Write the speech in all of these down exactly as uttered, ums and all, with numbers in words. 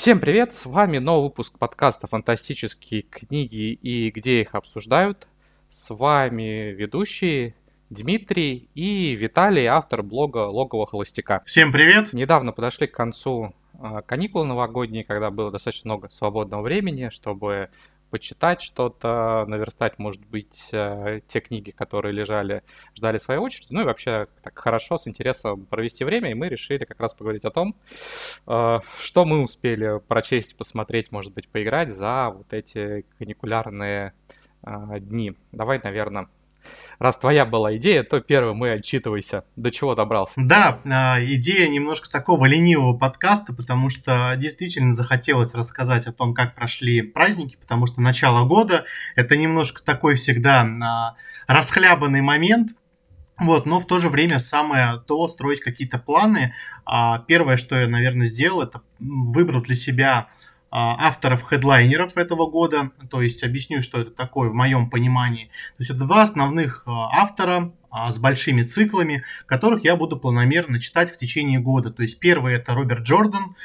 Всем привет! С вами новый выпуск подкаста «Фантастические книги и где их обсуждают». С вами ведущие Дмитрий и Виталий, автор блога «Логово холостяка». Всем привет! Недавно подошли к концу а, каникулы новогодние, когда было достаточно много свободного времени, чтобы почитать что-то, наверстать, может быть, э, те книги, которые лежали, ждали своей очереди. Ну и вообще так хорошо, с интересом провести время, и мы решили как раз поговорить о том, э, что мы успели прочесть, посмотреть, может быть, поиграть за вот эти каникулярные а, дни. Давай, наверное, раз твоя была идея, то первым мы отчитывайся, до чего добрался. Да, а, идея немножко такого ленивого подкаста, потому что действительно захотелось рассказать о том, как прошли праздники, потому что начало года — это немножко такой всегда а, расхлябанный момент. Вот, но в то же время самое то строить какие-то планы. А, Первое, что я, наверное, сделал, это м, выбрал для себя а, авторов-хедлайнеров этого года. То есть объясню, что это такое в моем понимании. То есть это два основных а, автора а, с большими циклами, которых я буду планомерно читать в течение года. То есть первый — это Роберт Джордан.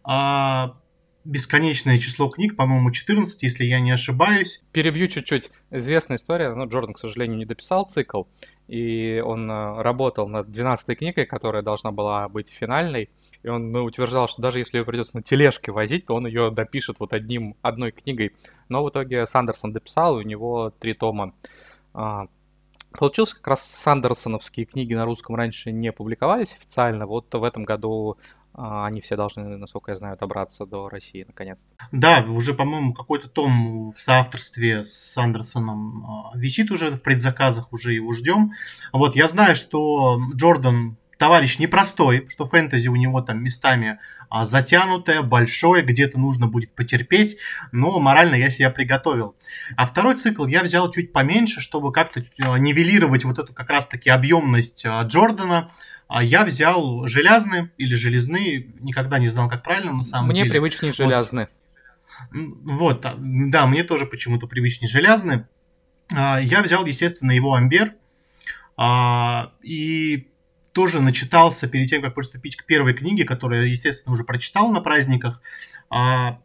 а, Бесконечное число книг, по-моему, четырнадцать, если я не ошибаюсь. Перебью чуть-чуть. Известная история, но Джордан, к сожалению, не дописал цикл, и он э, работал над двенадцатой книгой, которая должна была быть финальной, и он ну, утверждал, что даже если ее придется на тележке возить, то он ее допишет вот одним, одной книгой. Но в итоге Сандерсон дописал, и у него три тома. А, Получился как раз сандерсоновские книги на русском раньше не публиковались официально. Вот в этом году а, они все должны, насколько я знаю, добраться до России наконец-то. Да, уже, по-моему, какой-то том в соавторстве с Андерсоном а, висит уже в предзаказах, уже его ждем. Вот, я знаю, что Джордан товарищ непростой, что фэнтези у него там местами а, затянутое, большое, где-то нужно будет потерпеть, но морально я себя приготовил. А второй цикл я взял чуть поменьше, чтобы как-то а, нивелировать вот эту как раз-таки объемность а, Джордана. А Я взял железные или железные, никогда не знал, как правильно на самом Мне деле. привычнее Вот, железны. М, Вот, а, да, мне тоже почему-то привычнее железный. А, Я взял, естественно, его Амбер. а, И тоже начитался перед тем, как приступить к первой книге, которую я, естественно, уже прочитал на праздниках. А,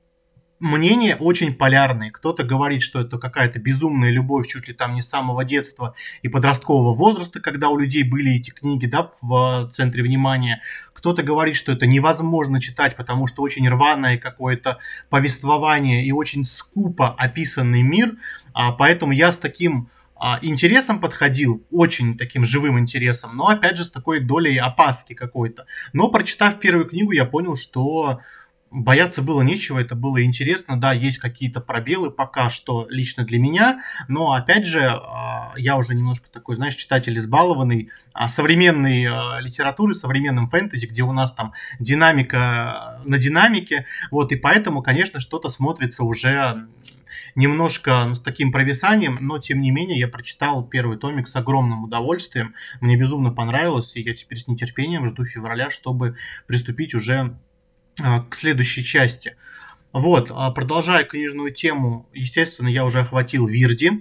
Мнения очень полярные. Кто-то говорит, что это какая-то безумная любовь чуть ли там не с самого детства и подросткового возраста, когда у людей были эти книги, да, в центре внимания. Кто-то говорит, что это невозможно читать, потому что очень рваное какое-то повествование и очень скупо описанный мир. А, поэтому я с таким а, интересом подходил, очень таким живым интересом, но опять же с такой долей опаски какой-то. Но прочитав первую книгу, я понял, что бояться было нечего, это было интересно. Да, есть какие-то пробелы пока что лично для меня, но опять же, а, я уже немножко такой, знаешь, читатель избалованный а, современной а, литературы, современным фэнтези, где у нас там динамика на динамике, вот, и поэтому, конечно, что-то смотрится уже немножко с таким провисанием, но тем не менее я прочитал первый томик с огромным удовольствием, мне безумно понравилось, и я теперь с нетерпением жду февраля, чтобы приступить уже а, к следующей части. Вот, а, продолжая книжную тему, естественно, я уже охватил Вирди.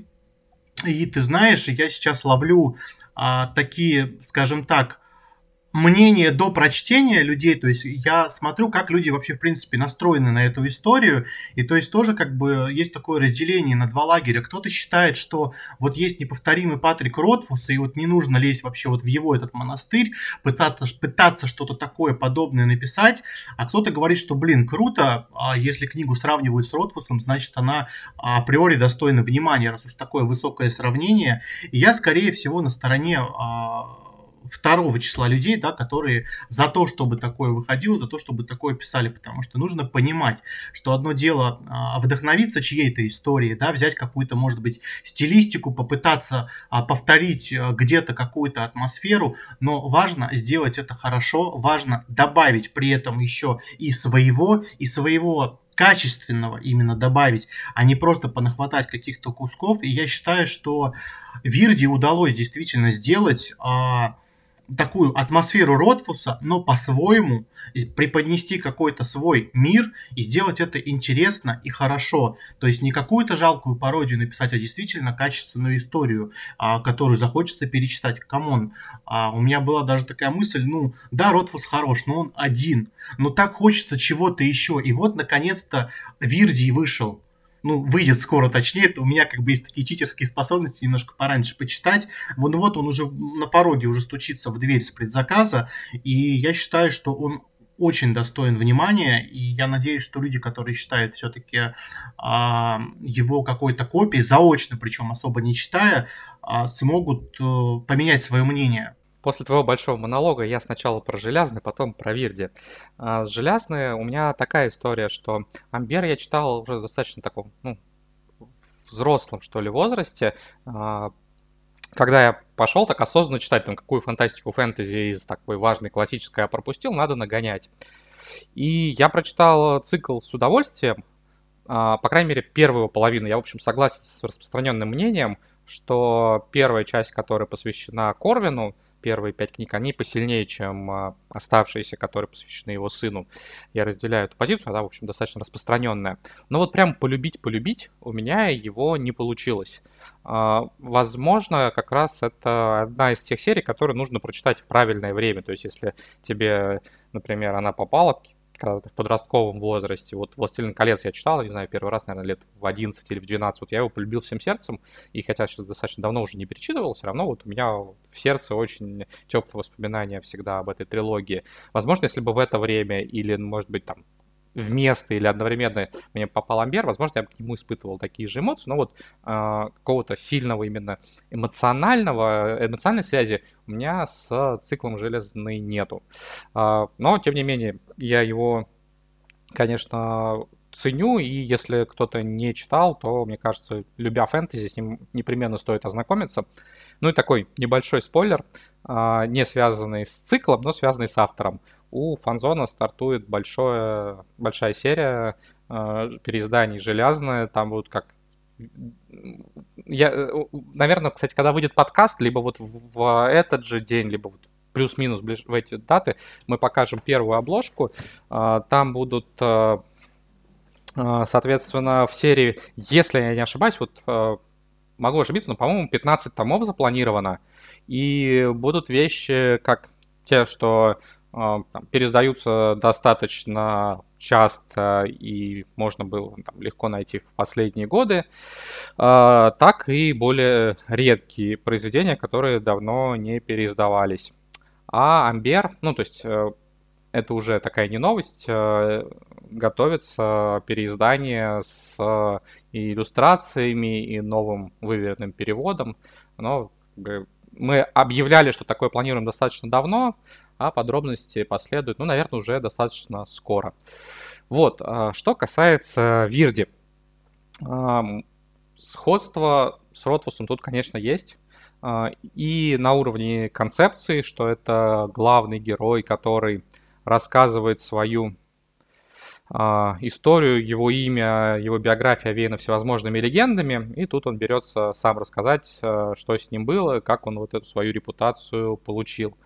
И ты знаешь, я сейчас ловлю а, такие, скажем так, мнение до прочтения людей, то есть я смотрю, как люди вообще, в принципе, настроены на эту историю, и то есть тоже как бы есть такое разделение на два лагеря. Кто-то считает, что вот есть неповторимый Патрик Ротфус, и вот не нужно лезть вообще вот в его этот монастырь, пытаться, пытаться что-то такое подобное написать, а кто-то говорит, что, блин, круто, а если книгу сравнивают с Ротфусом, значит, она априори достойна внимания, раз уж такое высокое сравнение. И я, скорее всего, на стороне а, второго числа людей, да, которые за то, чтобы такое выходило, за то, чтобы такое писали, потому что нужно понимать, что одно дело а, вдохновиться чьей-то историей, да, взять какую-то, может быть, стилистику, попытаться а, повторить а, где-то какую-то атмосферу, но важно сделать это хорошо, важно добавить при этом еще и своего, и своего качественного именно добавить, а не просто понахватать каких-то кусков. И я считаю, что Вирди удалось действительно сделать а, такую атмосферу Ротфуса, но по-своему преподнести какой-то свой мир и сделать это интересно и хорошо. То есть не какую-то жалкую пародию написать, а действительно качественную историю, а, которую захочется перечитать. Камон, а, у меня была даже такая мысль, ну, да, Ротфус хорош, но он один. Но так хочется чего-то еще. И вот, наконец-то, Вирдий вышел. Ну, выйдет скоро, точнее, у меня как бы есть такие читерские способности немножко пораньше почитать. Вот, ну вот он уже на пороге уже стучится в дверь с предзаказа, и я считаю, что он очень достоин внимания, и я надеюсь, что люди, которые считают все-таки а, его какой-то копией, заочно, причем особо не читая, а, смогут а, поменять свое мнение. После твоего большого монолога я сначала про железный, потом про Вирди. А, с железной у меня такая история, что Амбер я читал уже достаточно таком, ну, взрослом, что ли, возрасте. А, когда я пошел так осознанно читать, там, какую фантастику, фэнтези из такой важной классической я пропустил, надо нагонять. И я прочитал цикл с удовольствием, а, по крайней мере, первую половину. Я, в общем, согласен с распространенным мнением, что первая часть, которая посвящена Корвину, первые пять книг, они посильнее, чем а, оставшиеся, которые посвящены его сыну. Я разделяю эту позицию, она, в общем, достаточно распространенная. Но вот прям полюбить-полюбить у меня его не получилось. А, возможно, как раз это одна из тех серий, которые нужно прочитать в правильное время. То есть, если тебе, например, она попала когда ты в подростковом возрасте. Вот «Властелин колец» я читал, не знаю, первый раз, наверное, лет в одиннадцать или в двенадцать. Вот я его полюбил всем сердцем, и хотя сейчас достаточно давно уже не перечитывал, все равно вот у меня в сердце очень теплые воспоминания всегда об этой трилогии. Возможно, если бы в это время или, может быть, там вместо или одновременно мне попал Амбер, возможно, я бы к нему испытывал такие же эмоции, но вот э, какого-то сильного именно эмоционального, эмоциональной связи у меня с циклом «Железный» нету. А, но, тем не менее, я его, конечно, ценю, и если кто-то не читал, то, мне кажется, любя фэнтези, с ним непременно стоит ознакомиться. Ну и такой небольшой спойлер, а, не связанный с циклом, но связанный с автором. У Фанзона стартует большое, большая серия а, переизданий «Железные», там будут как я, наверное, кстати, когда выйдет подкаст, либо вот в этот же день, либо вот плюс-минус ближ... в эти даты, мы покажем первую обложку. А, Там будут, а, а, соответственно, в серии, если я не ошибаюсь, вот а, могу ошибиться, но, по-моему, пятнадцать томов запланировано. И будут вещи, как те, что а, там, пересдаются достаточно часто и можно было там, легко найти в последние годы, а, так и более редкие произведения, которые давно не переиздавались. А Амбер, ну, то есть э, это уже такая не новость, э, готовится переиздание с э, и иллюстрациями, и новым выверенным переводом. Но как бы, мы объявляли, что такое планируем достаточно давно, а подробности последуют, ну, наверное, уже достаточно скоро. Вот, а что касается Вирди. Ам, Сходство с Ротфусом тут, конечно, есть. А, И на уровне концепции, что это главный герой, который рассказывает свою а, историю, его имя, его биография овеяна всевозможными легендами, и тут он берется сам рассказать, а, что с ним было, как он вот эту свою репутацию получил.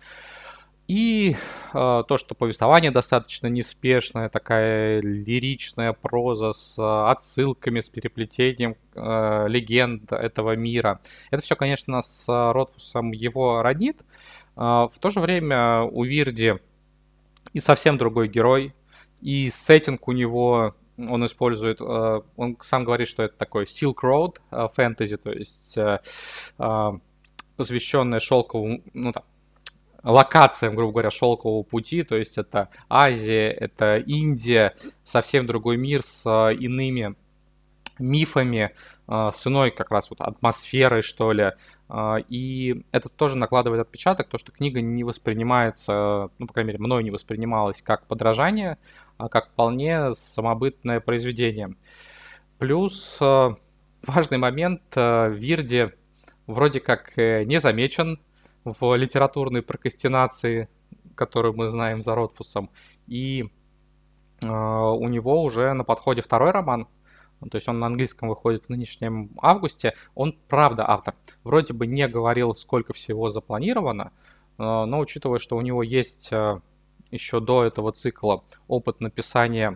И э, то, что повествование достаточно неспешное, такая лиричная проза с э, отсылками, с переплетением э, легенд этого мира. Это все, конечно, с э, Ротфусом его роднит. Э, в то же время у Вирди и совсем другой герой, и сеттинг у него он использует, э, он сам говорит, что это такой Silk Road э, фэнтези, то есть э, э, посвященное шелковому, ну, там, локациям, грубо говоря, шелкового пути, то есть это Азия, это Индия, совсем другой мир с э, иными мифами, э, с иной как раз вот атмосферой, что ли. Э, И это тоже накладывает отпечаток, то, что книга не воспринимается, ну, по крайней мере, мной не воспринималась как подражание, а как вполне самобытное произведение. Плюс э, важный момент, э, Вирди вроде как э, не замечен в литературной прокрастинации, которую мы знаем за Ротфусом. И э, у него уже на подходе второй роман. То есть он на английском выходит в нынешнем августе. Он, правда, автор. Вроде бы не говорил, сколько всего запланировано, А, Но учитывая, что у него есть а, еще до этого цикла опыт написания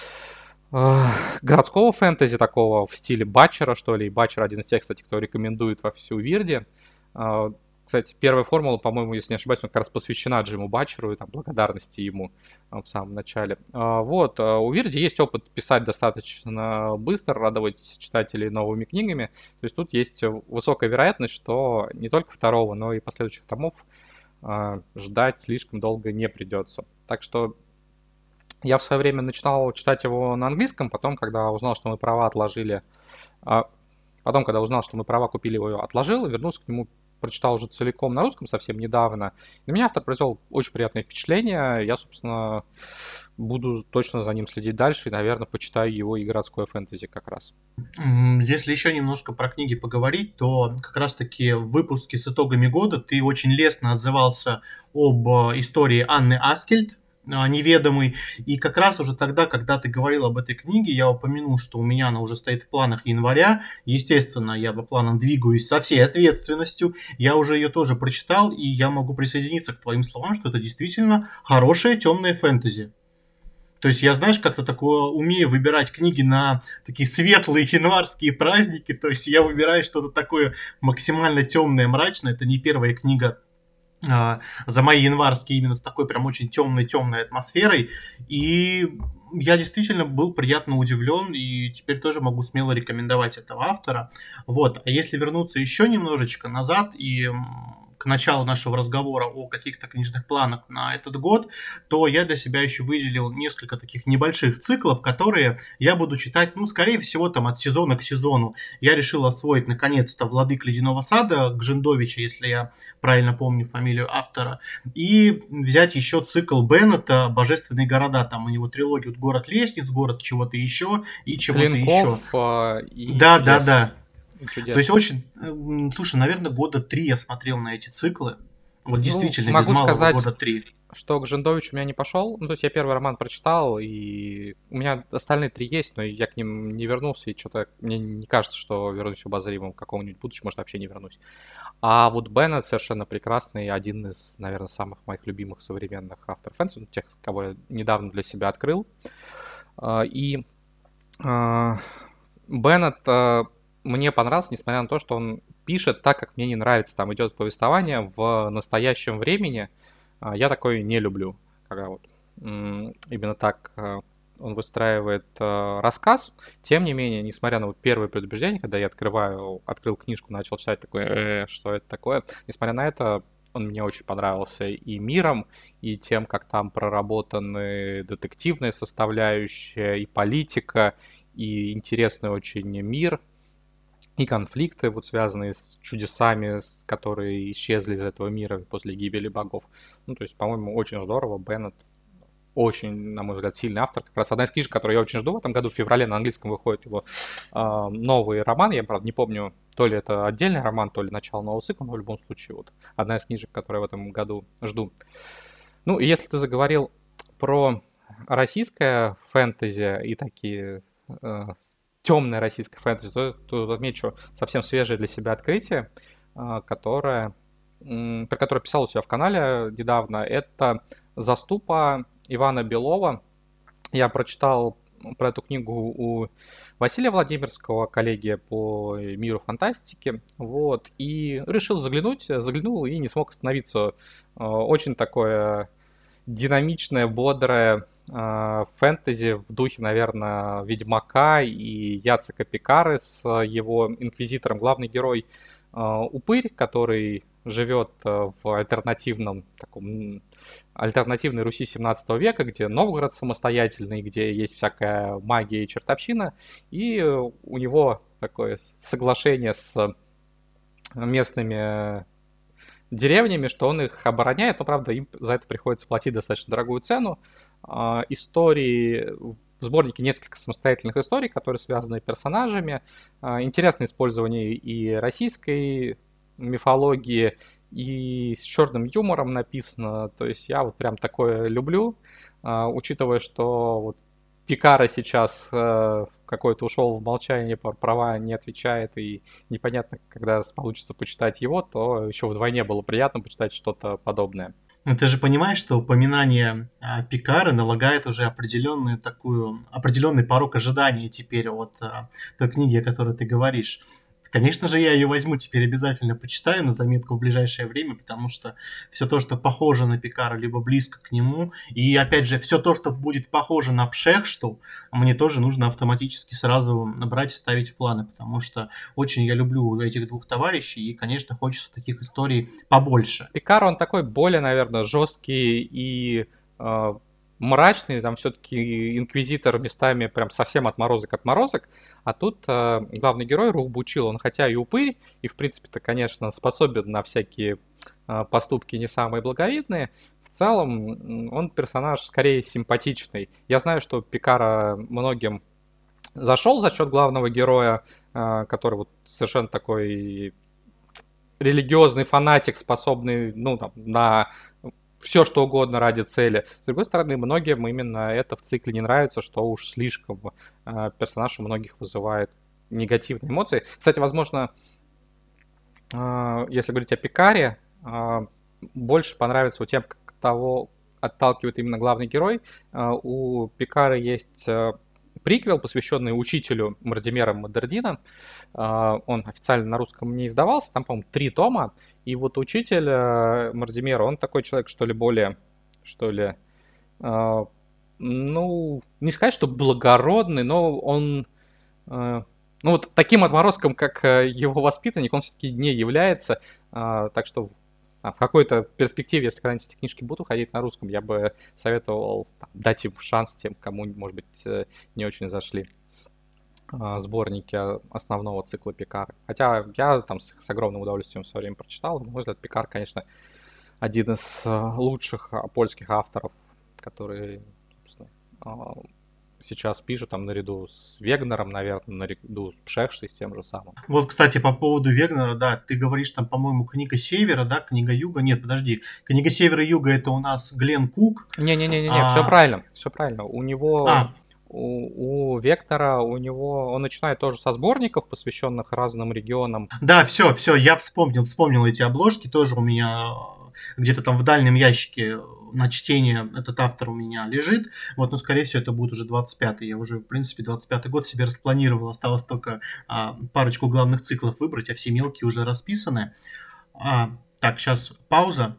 а, городского фэнтези такого в стиле Батчера, что ли. И Батчер один из тех, кстати, кто рекомендует во всю Вирди. А, Кстати, первая формула, по-моему, если не ошибаюсь, она как раз посвящена Джиму Батчеру и там благодарности ему а, в самом начале. А, Вот, а, у Вирди есть опыт писать достаточно быстро, радовать читателей новыми книгами. То есть тут есть высокая вероятность, что не только второго, но и последующих томов а, ждать слишком долго не придется. Так что я в свое время начинал читать его на английском, потом, когда узнал, что мы права отложили, а, потом, когда узнал, что мы права купили его, отложил, и вернулся к нему, прочитал уже целиком на русском совсем недавно. На меня автор произвел очень приятное впечатление. Я, собственно, буду точно за ним следить дальше и, наверное, почитаю его и городское фэнтези как раз. М, Если еще немножко про книги поговорить, то как раз-таки в выпуске с итогами года ты очень лестно отзывался об э, истории Анны Аскельд, э, «Неведомый». И как раз уже тогда, когда ты говорил об этой книге, я упомянул, что у меня она уже стоит в планах января. Естественно, я по планам двигаюсь со всей ответственностью. Я уже ее тоже прочитал, и я могу присоединиться к твоим словам, что это действительно хорошее темное фэнтези. То есть я, знаешь, как-то такое умею выбирать книги на такие светлые январские праздники. То есть я выбираю что-то такое максимально темное, мрачное. Это не первая книга а, за мои январские именно с такой прям очень темной-темной атмосферой. И я действительно был приятно удивлен, и теперь тоже могу смело рекомендовать этого автора. Вот. А если вернуться еще немножечко назад и м, к началу нашего разговора о каких-то книжных планах на этот год, то я для себя еще выделил несколько таких небольших циклов, которые я буду читать, ну, скорее всего, там от сезона к сезону. Я решил освоить, наконец-то, «Владык Ледяного сада» Гжендовича, если я правильно помню фамилию автора, и взять еще цикл Беннета «Божественные города». Там у него трилогия вот «Город лестниц», «Город чего-то еще» и чего-то Клинков еще. а, и Да, да, чудес. да. И То есть чудес. очень, м, слушай, наверное, года три я смотрел на эти циклы. Вот Ну, действительно, без могу малого сказать, года три. что Гжендович у меня не пошел. Ну, то есть я первый роман прочитал, и у меня остальные три есть, но я к ним не вернулся, и что-то мне не кажется, что вернусь в обозримом каком-нибудь будущем, может, вообще не вернусь. А вот Беннет совершенно прекрасный, один из, наверное, самых моих любимых современных авторов фэнтези, ну, тех, кого я недавно для себя открыл. А, И а, Беннет а, мне понравился, несмотря на то, что он пишет так, как мне не нравится. Там идет повествование в настоящем времени. А, Я такое не люблю, когда вот м, именно так а, он выстраивает а, рассказ. Тем не менее, несмотря на вот первые предубеждения, когда я открываю, открыл книжку, начал читать, такой, «Э, что это такое?» Несмотря на это, он мне очень понравился и миром, и тем, как там проработаны детективная составляющая, и политика, и интересный очень мир, и конфликты, вот связанные с чудесами, с- которые исчезли из этого мира после гибели богов. Ну, то есть, по-моему, очень здорово. Беннет очень, на мой взгляд, сильный автор. Как раз одна из книжек, которую я очень жду в этом году, в феврале на английском выходит его а, новый роман. Я, правда, не помню, то ли это отдельный роман, то ли начало нового цикла, но в любом случае вот одна из книжек, которую я в этом году жду. Ну, и если ты заговорил про российское фэнтези и такие э, темное российское фэнтези, то тут отмечу совсем свежее для себя открытие, э, которое, м, про которое писал у себя в канале недавно. Это «Заступа» Ивана Белова. Я прочитал про эту книгу у Василия Владимирского, коллеги по миру фантастики, вот, и решил заглянуть, заглянул и не смог остановиться. Э, Очень такое динамичное, бодрое э, фэнтези в духе, наверное, Ведьмака и Яцека Пикары с его инквизитором. Главный герой э, упырь, который живет э, в альтернативном таком м, альтернативной Руси семнадцатого века, где Новгород самостоятельный, где есть всякая магия и чертовщина, и э, у него такое соглашение с местными деревнями, что он их обороняет, но, правда, им за это приходится платить достаточно дорогую цену. А, Истории в сборнике несколько самостоятельных историй, которые связаны персонажами. А, Интересное использование и российской мифологии, и с черным юмором написано. То есть я вот прям такое люблю, а, учитывая, что вот Пикара сейчас э, какой-то ушел в молчание, про права не отвечает, и непонятно, когда получится почитать его, то еще вдвойне было приятно почитать что-то подобное. Ну, ты же понимаешь, что упоминание а, Пикары налагает уже определенную такую, определенный порог ожидания теперь от а, той книги, о которой ты говоришь. Конечно же, я ее возьму теперь обязательно почитаю на заметку в ближайшее время, потому что все то, что похоже на Пикара, либо близко к нему, и опять же, все то, что будет похоже на Пшехшту, мне тоже нужно автоматически сразу брать и ставить в планы, потому что очень я люблю этих двух товарищей, и, конечно, хочется таких историй побольше. Пикар, он такой более, наверное, жесткий и э, мрачный, там все-таки инквизитор местами прям совсем отморозок-отморозок, а тут э, главный герой Рух Бучил, он хотя и упырь, и в принципе-то, конечно, способен на всякие э, поступки не самые благовидные, в целом он персонаж скорее симпатичный. Я знаю, что Пикара многим зашел за счет главного героя, э, который вот совершенно такой религиозный фанатик, способный, ну, там, на все что угодно ради цели. С другой стороны, многим именно это в цикле не нравится, что уж слишком э, персонаж у многих вызывает негативные эмоции. Кстати, возможно, э, если говорить о Пикаре, э, больше понравится вот тем, как того отталкивает именно главный герой. Э, у Пикары есть э, приквел, посвященный учителю Мардимера Мадердина. Uh, он официально на русском не издавался, там, по-моему, три тома. И вот учитель uh, Мардимера, он такой человек, что ли, более, что ли, uh, ну, не сказать, что благородный, но он, uh, ну, вот таким отморозком, как uh, его воспитанник, он все-таки не является. Uh, так что а, в какой-то перспективе, если когда-нибудь эти книжки будут уходить на русском, я бы советовал там, дать им шанс тем, кому, может быть, не очень зашли сборники основного цикла Пикары. Хотя я там с, с огромным удовольствием в свое время прочитал. На мой взгляд, Пикар, конечно, один из лучших польских авторов, которые, собственно, сейчас пишут там наряду с Вегнером, наверное, наряду с Пшехшей, с тем же самым. Вот, кстати, по поводу Вегнера, да, ты говоришь там, по-моему, книга Севера, да, книга Юга. Нет, подожди, книга Севера и Юга это у нас Глен Кук. Не-не-не-не, а... все правильно, все правильно. У него... А. У, у Вектора, у него, он начинает тоже со сборников, посвященных разным регионам. Да, все, все, я вспомнил, вспомнил эти обложки, тоже у меня где-то там в дальнем ящике на чтение этот автор у меня лежит. Вот, но скорее всего это будет уже двадцать пятый. Я уже, в принципе, двадцать пятый год себе распланировал. Осталось только а, парочку главных циклов выбрать, а все мелкие уже расписаны. А, так, сейчас пауза.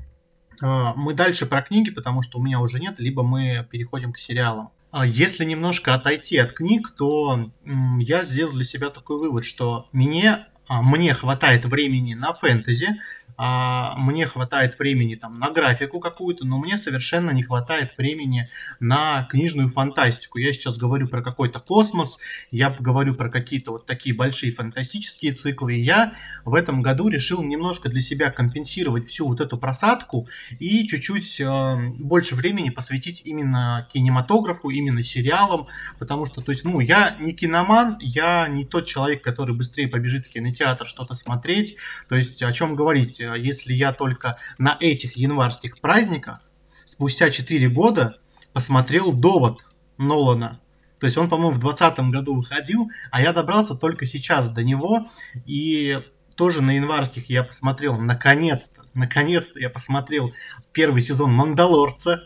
А, мы дальше про книги, потому что у меня уже нет, либо мы переходим к сериалам. Если немножко отойти от книг, то м, я сделал для себя такой вывод, что мне, а, мне хватает времени на фэнтези, а, мне хватает времени там на графику какую-то, но мне совершенно не хватает времени на книжную фантастику. Я сейчас говорю про какой-то космос, я говорю про какие-то вот такие большие фантастические циклы, и я в этом году решил немножко для себя компенсировать всю вот эту просадку и чуть-чуть э, больше времени посвятить именно кинематографу, именно сериалам, потому что, то есть, ну, я не киноман, я не тот человек, который быстрее побежит в кинотеатр что-то смотреть, то есть, о чем говорить, если я только на этих январских праздниках спустя четыре года посмотрел «Довод» Нолана. То есть он, по-моему, в двадцатом году выходил, а я добрался только сейчас до него. И тоже на январских я посмотрел, наконец-то, наконец-то я посмотрел первый сезон «Мандалорца».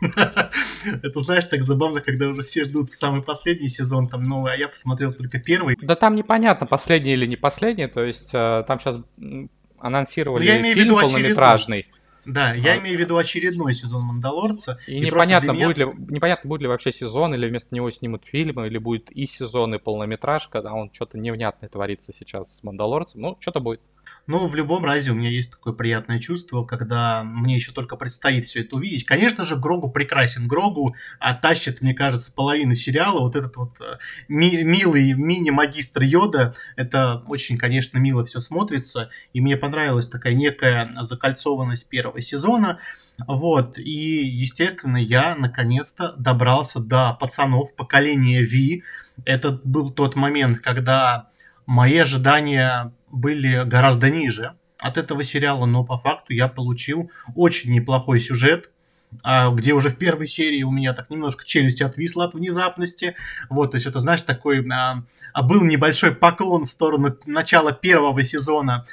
Это, знаешь, так забавно, когда уже все ждут самый последний сезон там новый, а я посмотрел только первый. Да там непонятно, последний или не последний, то есть там сейчас анонсировали я имею фильм в виду полнометражный. Очередной. Да, я а... имею в виду очередной сезон «Мандалорца». И, и непонятно, меня... будет ли, непонятно, будет ли вообще сезон, или вместо него снимут фильм, или будет и сезон, и полнометражка, да, он что-то невнятное творится сейчас с «Мандалорцем», ну, что-то будет. Ну, в любом разе у меня есть такое приятное чувство, когда мне еще только предстоит все это увидеть. Конечно же, Грогу прекрасен. Грогу оттащит, мне кажется, половину сериала. Вот этот вот ми- милый мини-магистр Йода, это очень, конечно, мило все смотрится. И мне понравилась такая некая закольцованность первого сезона. Вот, и, естественно, я наконец-то добрался до пацанов поколения Ви. Это был тот момент, когда мои ожидания были гораздо ниже от этого сериала, но по факту я получил очень неплохой сюжет, а, где уже в первой серии у меня так немножко челюсть отвисла от внезапности. Вот, то есть это, знаешь, такой а, а, был небольшой поклон в сторону начала первого сезона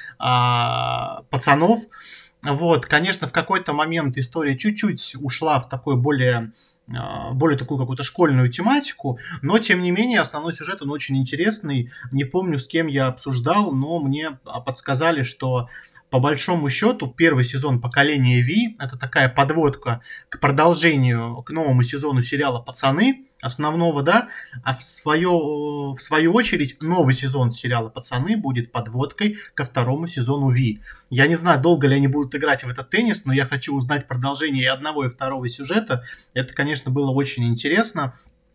а, «Пацанов». Вот, конечно, в какой-то момент история чуть-чуть ушла в такой более а, более такую какую-то школьную тематику, но, тем не менее, основной сюжет, он очень интересный. Не помню, с кем я обсуждал, но мне а, подсказали, что по большому счету первый сезон «Поколение Ви» — это такая подводка к продолжению, к новому сезону сериала «Пацаны», основного, да, а в, свое, в свою очередь новый сезон сериала «Пацаны» будет подводкой ко второму сезону Ви. Я не знаю, долго ли они будут играть в этот теннис, но я хочу узнать продолжение и одного, и второго сюжета. Это, конечно, было очень интересно.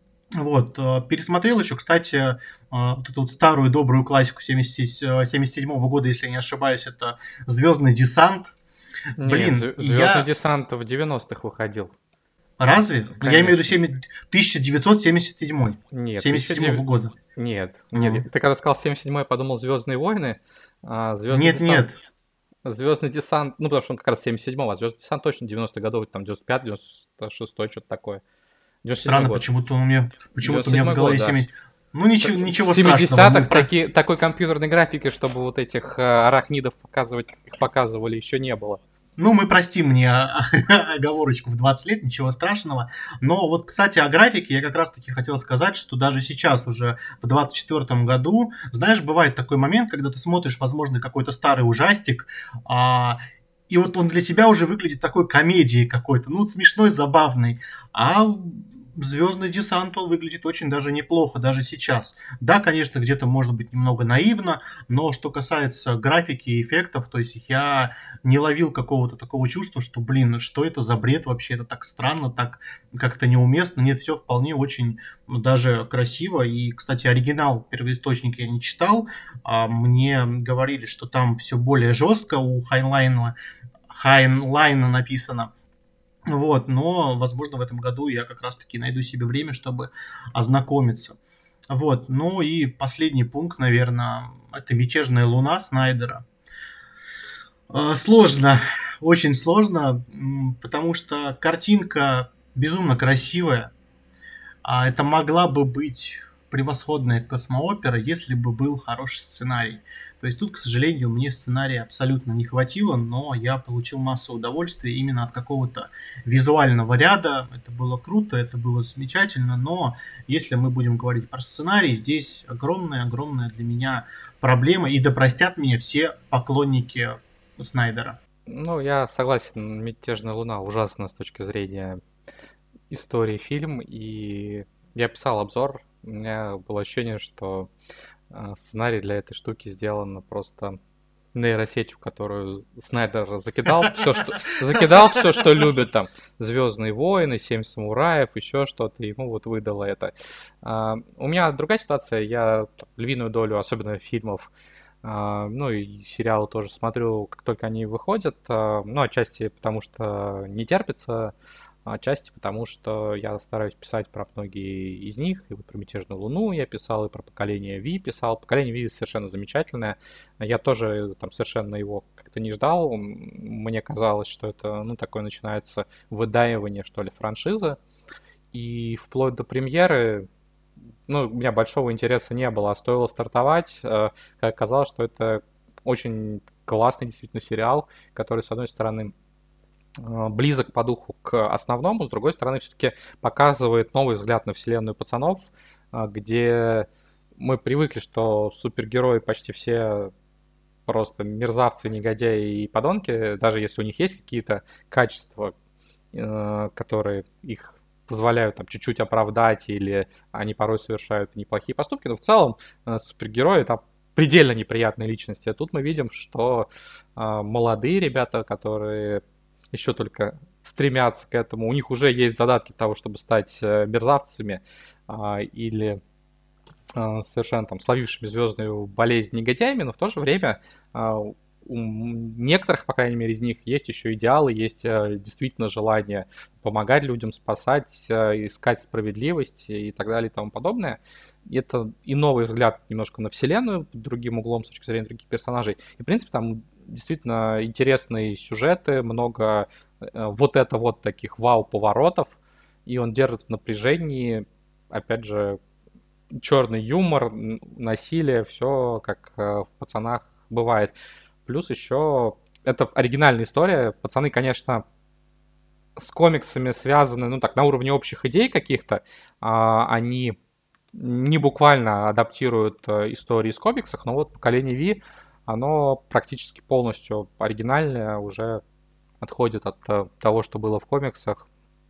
Вот, э, пересмотрел еще, кстати, э, вот эту вот старую добрую классику семьдесят седьмого года, если я не ошибаюсь, это «Звездный десант». Нет, Блин, Звездный я... десант в девяностых выходил. Разве? Ну, я имею в виду Конечно. семь- тысяча девятьсот семьдесят седьмой. Нет, семьдесят седьмого тысяча девятьсот... года. Нет, Ага. нет. Ты когда сказал семьдесят седьмой, я подумал «Звездные войны». А «Звездный Нет, десант». нет. Звездный десант, ну, потому что он как раз семьдесят седьмого, а Звездный десант точно девяностых годов, там девяносто пятый, девяносто шестой, что-то такое. девяносто седьмой Странно, год. почему-то у меня, почему-то у девяносто меня в седьмой год, голове да. семьдесят... Ну, ничего, В ничего страшного. Мы семидесятых про... таки, такой компьютерной графики, чтобы вот этих э, арахнидов показывать, как их показывали, еще не было. Ну, мы простим мне оговорочку в двадцать лет, ничего страшного. Но вот, кстати, о графике я как раз-таки хотел сказать, что даже сейчас уже в двадцать четвертом году, знаешь, бывает такой момент, когда ты смотришь, возможно, какой-то старый ужастик, а, и вот он для тебя уже выглядит такой комедией какой-то, ну, вот смешной, забавный. А «Звездный десант», он выглядит очень даже неплохо, даже сейчас. Да, конечно, где-то может быть немного наивно, но что касается графики и эффектов, то есть я не ловил какого-то такого чувства, что, блин, что это за бред вообще, это так странно, так как-то неуместно. Нет, все вполне очень ну, даже красиво. И, кстати, оригинал, первоисточник я не читал. А мне говорили, что там все более жестко у Хайнлайна, Хайнлайна написано. Вот, но, возможно, в этом году я как раз-таки найду себе время, чтобы ознакомиться. Вот, ну и последний пункт, наверное, это «Мятежная луна» Снайдера. А, Сложно, очень сложно, м, потому что картинка безумно красивая. А это могла бы быть превосходная космоопера, если бы был хороший сценарий. То есть тут, к сожалению, мне сценария абсолютно не хватило, но я получил массу удовольствия именно от какого-то визуального ряда. Это было круто, это было замечательно, но если мы будем говорить про сценарий, здесь огромная-огромная для меня проблема, и да простят меня все поклонники Снайдера. Ну, я согласен, «Мятежная луна» ужасно с точки зрения истории фильм, и я писал обзор, у меня было ощущение, что э, сценарий для этой штуки сделан просто нейросетью, которую Снайдер закидал все, что закидал все, что любит, там «Звездные войны», «Семь самураев», еще что-то, ему вот выдало это. А, у меня другая ситуация, я там, львиную долю, особенно фильмов, а, ну и сериалы тоже смотрю, как только они выходят, а, ну отчасти потому что не терпится, а отчасти потому что я стараюсь писать про многие из них, и вот про «Мятежную луну» я писал, и про «Поколение Ви» писал. «Поколение Ви» совершенно замечательное. Я тоже там совершенно его как-то не ждал. Мне казалось, что это, ну, такое начинается выдаивание, что ли, франшизы. И вплоть до премьеры, ну, у меня большого интереса не было, а стоило стартовать, э, как оказалось, что это очень классный действительно сериал, который, с одной стороны, э, близок по духу к основному, с другой стороны, все-таки показывает новый взгляд на вселенную пацанов, э, где мы привыкли, что супергерои почти все просто мерзавцы, негодяи и подонки, даже если у них есть какие-то качества, э, которые их позволяют там чуть-чуть оправдать, или они порой совершают неплохие поступки, но в целом э, супергерои там предельно неприятные личности. А тут мы видим, что э, молодые ребята, которые еще только стремятся к этому, у них уже есть задатки того, чтобы стать э, мерзавцами а, или а, совершенно там словившими звездную болезнь негодяями, но в то же время а, у некоторых, по крайней мере, из них есть еще идеалы, есть а, действительно желание помогать людям, спасать, а, искать справедливость и так далее и тому подобное. И это и новый взгляд немножко на вселенную, под другим углом, с точки зрения других персонажей. И, в принципе, там действительно интересные сюжеты, много э, вот это вот таких вау-поворотов, и он держит в напряжении, опять же, черный юмор, н- насилие, все как э, в «Пацанах» бывает. Плюс еще это оригинальная история. «Пацаны», конечно, с комиксами связаны, ну так, на уровне общих идей каких-то, а, они не буквально адаптируют э, истории из комиксов, но вот поколение Ви, оно практически полностью оригинальное, уже отходит от э, того, что было в комиксах,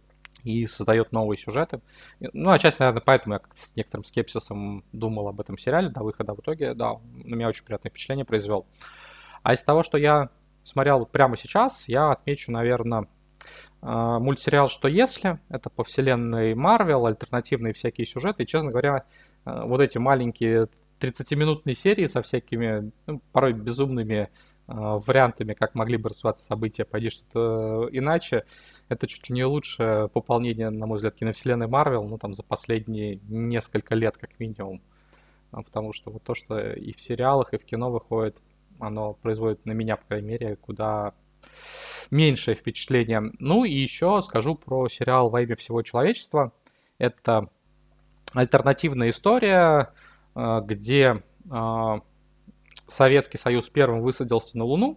и создает новые сюжеты. И, Ну, отчасти, наверное, поэтому я как-то с некоторым скепсисом думал об этом сериале до выхода. В итоге, да, на меня очень приятное впечатление произвел. А из того, что я смотрел вот прямо сейчас, я отмечу, наверное, а, мультсериал «Что если?». Это по вселенной Марвел, альтернативные всякие сюжеты. И, честно говоря, а, вот эти маленькие тридцатиминутные серии со всякими, ну, порой безумными а, вариантами, как могли бы развиваться события, пойди что-то иначе. Это чуть ли не лучшее пополнение, на мой взгляд, киновселенной Марвел, ну, там, за последние несколько лет, как минимум. А, Потому что вот то, что и в сериалах, и в кино выходит, оно производит на меня, по крайней мере, куда меньшее впечатление. Ну и еще скажу про сериал «Во имя всего человечества». Это альтернативная история, э, где э, Советский Союз первым высадился на Луну.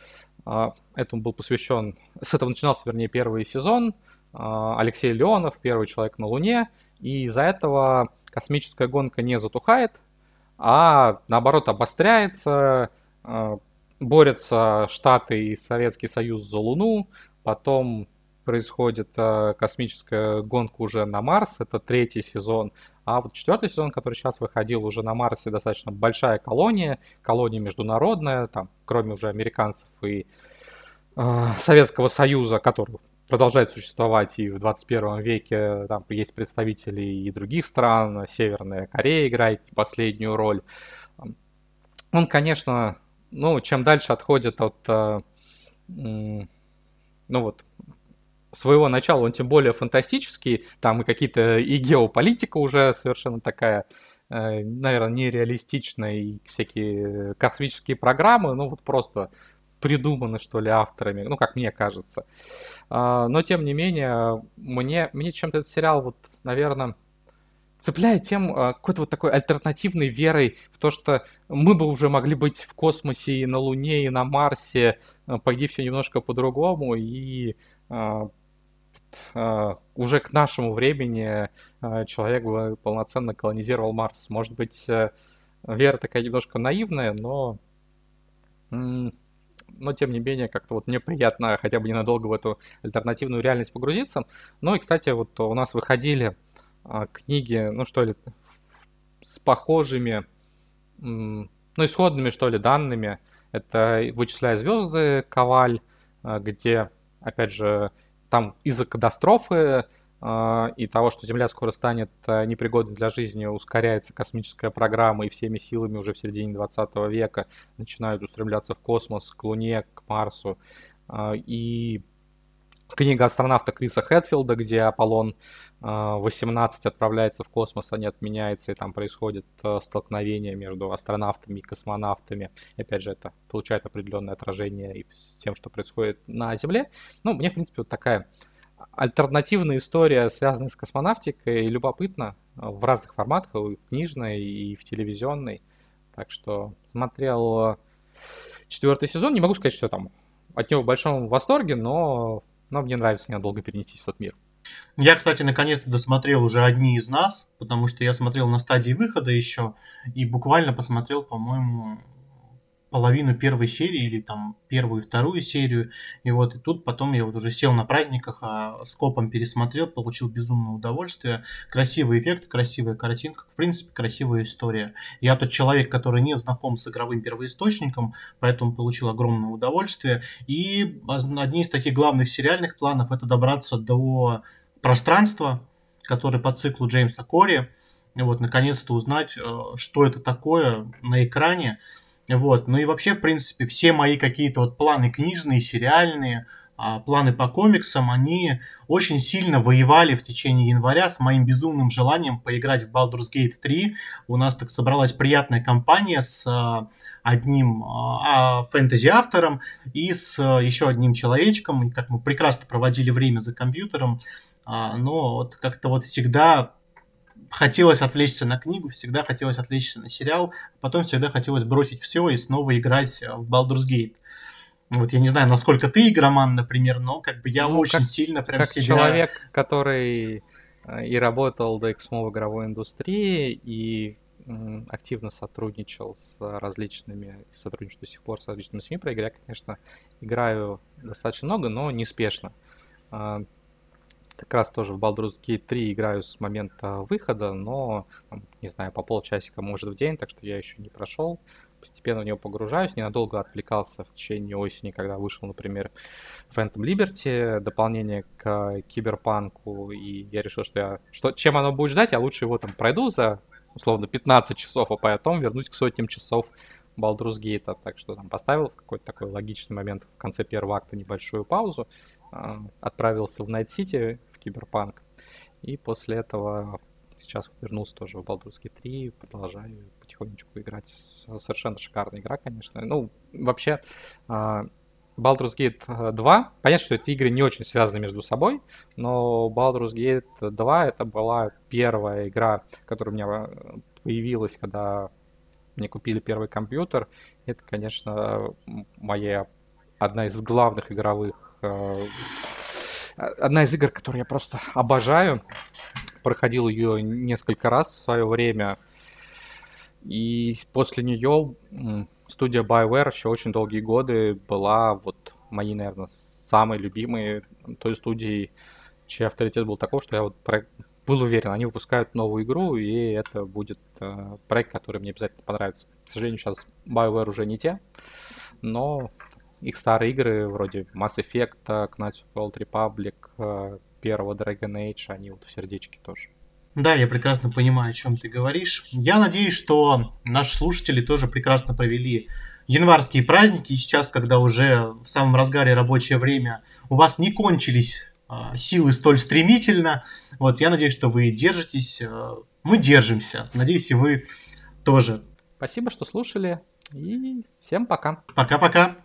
А, Этому был посвящен, с этого начинался, вернее, первый сезон. А, Алексей Леонов, первый человек на Луне. И из-за этого космическая гонка не затухает, а наоборот обостряется, э, борются Штаты и Советский Союз за Луну, потом происходит э, космическая гонка уже на Марс, это третий сезон, а вот четвертый сезон, который сейчас выходил уже на Марсе, достаточно большая колония, колония международная, там, кроме уже американцев и э, Советского Союза, который продолжает существовать и в двадцать первом веке, там есть представители и других стран, Северная Корея играет не последнюю роль. Он, конечно, ну, чем дальше отходит от, э, м, ну вот, своего начала, он тем более фантастический, там и какие-то, и геополитика уже совершенно такая, э, наверное, нереалистичная, и всякие космические программы, ну, вот просто придуманы, что ли, авторами, ну, как мне кажется. А, Но, тем не менее, мне, мне чем-то этот сериал, вот, наверное, цепляет тем а, какой-то вот такой альтернативной верой в то, что мы бы уже могли быть в космосе и на Луне, и на Марсе, а, пойди все немножко по-другому, и а, а, уже к нашему времени а, человек бы полноценно колонизировал Марс. Может быть, э, вера такая немножко наивная, но, м, но тем не менее, как-то вот мне приятно хотя бы ненадолго в эту альтернативную реальность погрузиться. Ну и, кстати, вот у нас выходили а, книги, ну что ли, с похожими, м, ну, исходными, что ли, данными. Это «Вычисляя звезды», Коваль, а, где, опять же, там из-за катастрофы а, и того, что Земля скоро станет а, непригодной для жизни, ускоряется космическая программа, и всеми силами уже в середине двадцатого века начинают устремляться в космос, к Луне, к Марсу. А, И книга астронавта Криса Хэтфилда, где Аполлон а, восемнадцать отправляется в космос, а не отменяется, и там происходит а, столкновение между астронавтами и космонавтами. И опять же, это получает определенное отражение и с тем, что происходит на Земле. Ну, мне, в принципе, вот такая альтернативная история, связанная с космонавтикой, любопытно а, в разных форматах, и в книжной, и в телевизионной. Так что смотрел а, четвертый сезон. Не могу сказать, что я там от него в большом восторге, но, но мне нравится ненадолго перенестись в тот мир. Я, кстати, наконец-то досмотрел уже «Одни из нас», потому что я смотрел на стадии выхода еще и буквально посмотрел, по-моему, половину первой серии или там первую и вторую серию. И вот и тут потом я вот уже сел на праздниках, а скопом пересмотрел, получил безумное удовольствие. Красивый эффект, красивая картинка, в принципе, красивая история. Я тот человек, который не знаком с игровым первоисточником, поэтому получил огромное удовольствие. И одни из таких главных сериальных планов — это добраться до пространства, который по циклу Джеймса Кори. Вот, наконец-то узнать, э, что это такое на экране. Вот. Ну и вообще, в принципе, все мои какие-то вот планы книжные, сериальные, а, планы по комиксам, они очень сильно воевали в течение января с моим безумным желанием поиграть в Baldur's Gate три. У нас так собралась приятная компания с а, одним а, фэнтези-автором и с а, еще одним человечком, и как мы прекрасно проводили время за компьютером. А, но вот как-то вот всегда хотелось отвлечься на книгу, всегда хотелось отвлечься на сериал, потом всегда хотелось бросить все и снова играть в Baldur's Gate. Вот я не знаю, насколько ты игроман, например, но как бы я Ну, очень как, сильно прям как себя... человек, который э, и работал до эксмо в игровой индустрии, и м, активно сотрудничал с различными, и сотрудничаю до сих пор с различными СМИ про игры, я, конечно, играю достаточно много, но неспешно. А, Как раз тоже в Baldur's Gate три играю с момента выхода, но, там, не знаю, по полчасика, может, в день, так что я еще не прошел. Постепенно в него погружаюсь, ненадолго отвлекался в течение осени, когда вышел, например, Phantom Liberty, дополнение к Киберпанку, и я решил, что я... Что, чем оно будет ждать, я лучше его там пройду за, условно, пятнадцать часов, а потом вернусь к сотням часов Baldur's Gate. Так что там поставил в какой-то такой логичный момент в конце первого акта небольшую паузу, а, отправился в Найт-Сити, в Киберпанк, и после этого сейчас вернулся тоже в Baldur's Gate три, продолжаю потихонечку играть. Совершенно шикарная игра, конечно. Ну, вообще, а, Baldur's Gate два, понятно, что эти игры не очень связаны между собой, но Baldur's Gate два это была первая игра, которая у меня появилась, когда мне купили первый компьютер. Это, конечно, моя одна из главных игровых... э, Одна из игр, которую я просто обожаю. Проходил ее несколько раз в свое время. И после нее м, студия BioWare еще очень долгие годы была вот моей, наверное, самой любимой той студией, чей авторитет был такой, что я вот про- был уверен, они выпускают новую игру, и это будет э, проект, который мне обязательно понравится. К сожалению, сейчас BioWare уже не те, но их старые игры, вроде Mass Effect, Knights of the Old Republic, э, первого Dragon Age, они вот в сердечке тоже. Да, я прекрасно понимаю, о чем ты говоришь. Я надеюсь, что наши слушатели тоже прекрасно провели январские праздники, и сейчас, когда уже в самом разгаре рабочее время, у вас не кончились а, силы столь стремительно. Вот, я надеюсь, что вы держитесь. а, Мы держимся. Надеюсь, и вы тоже. Спасибо, что слушали, и всем пока. Пока-пока.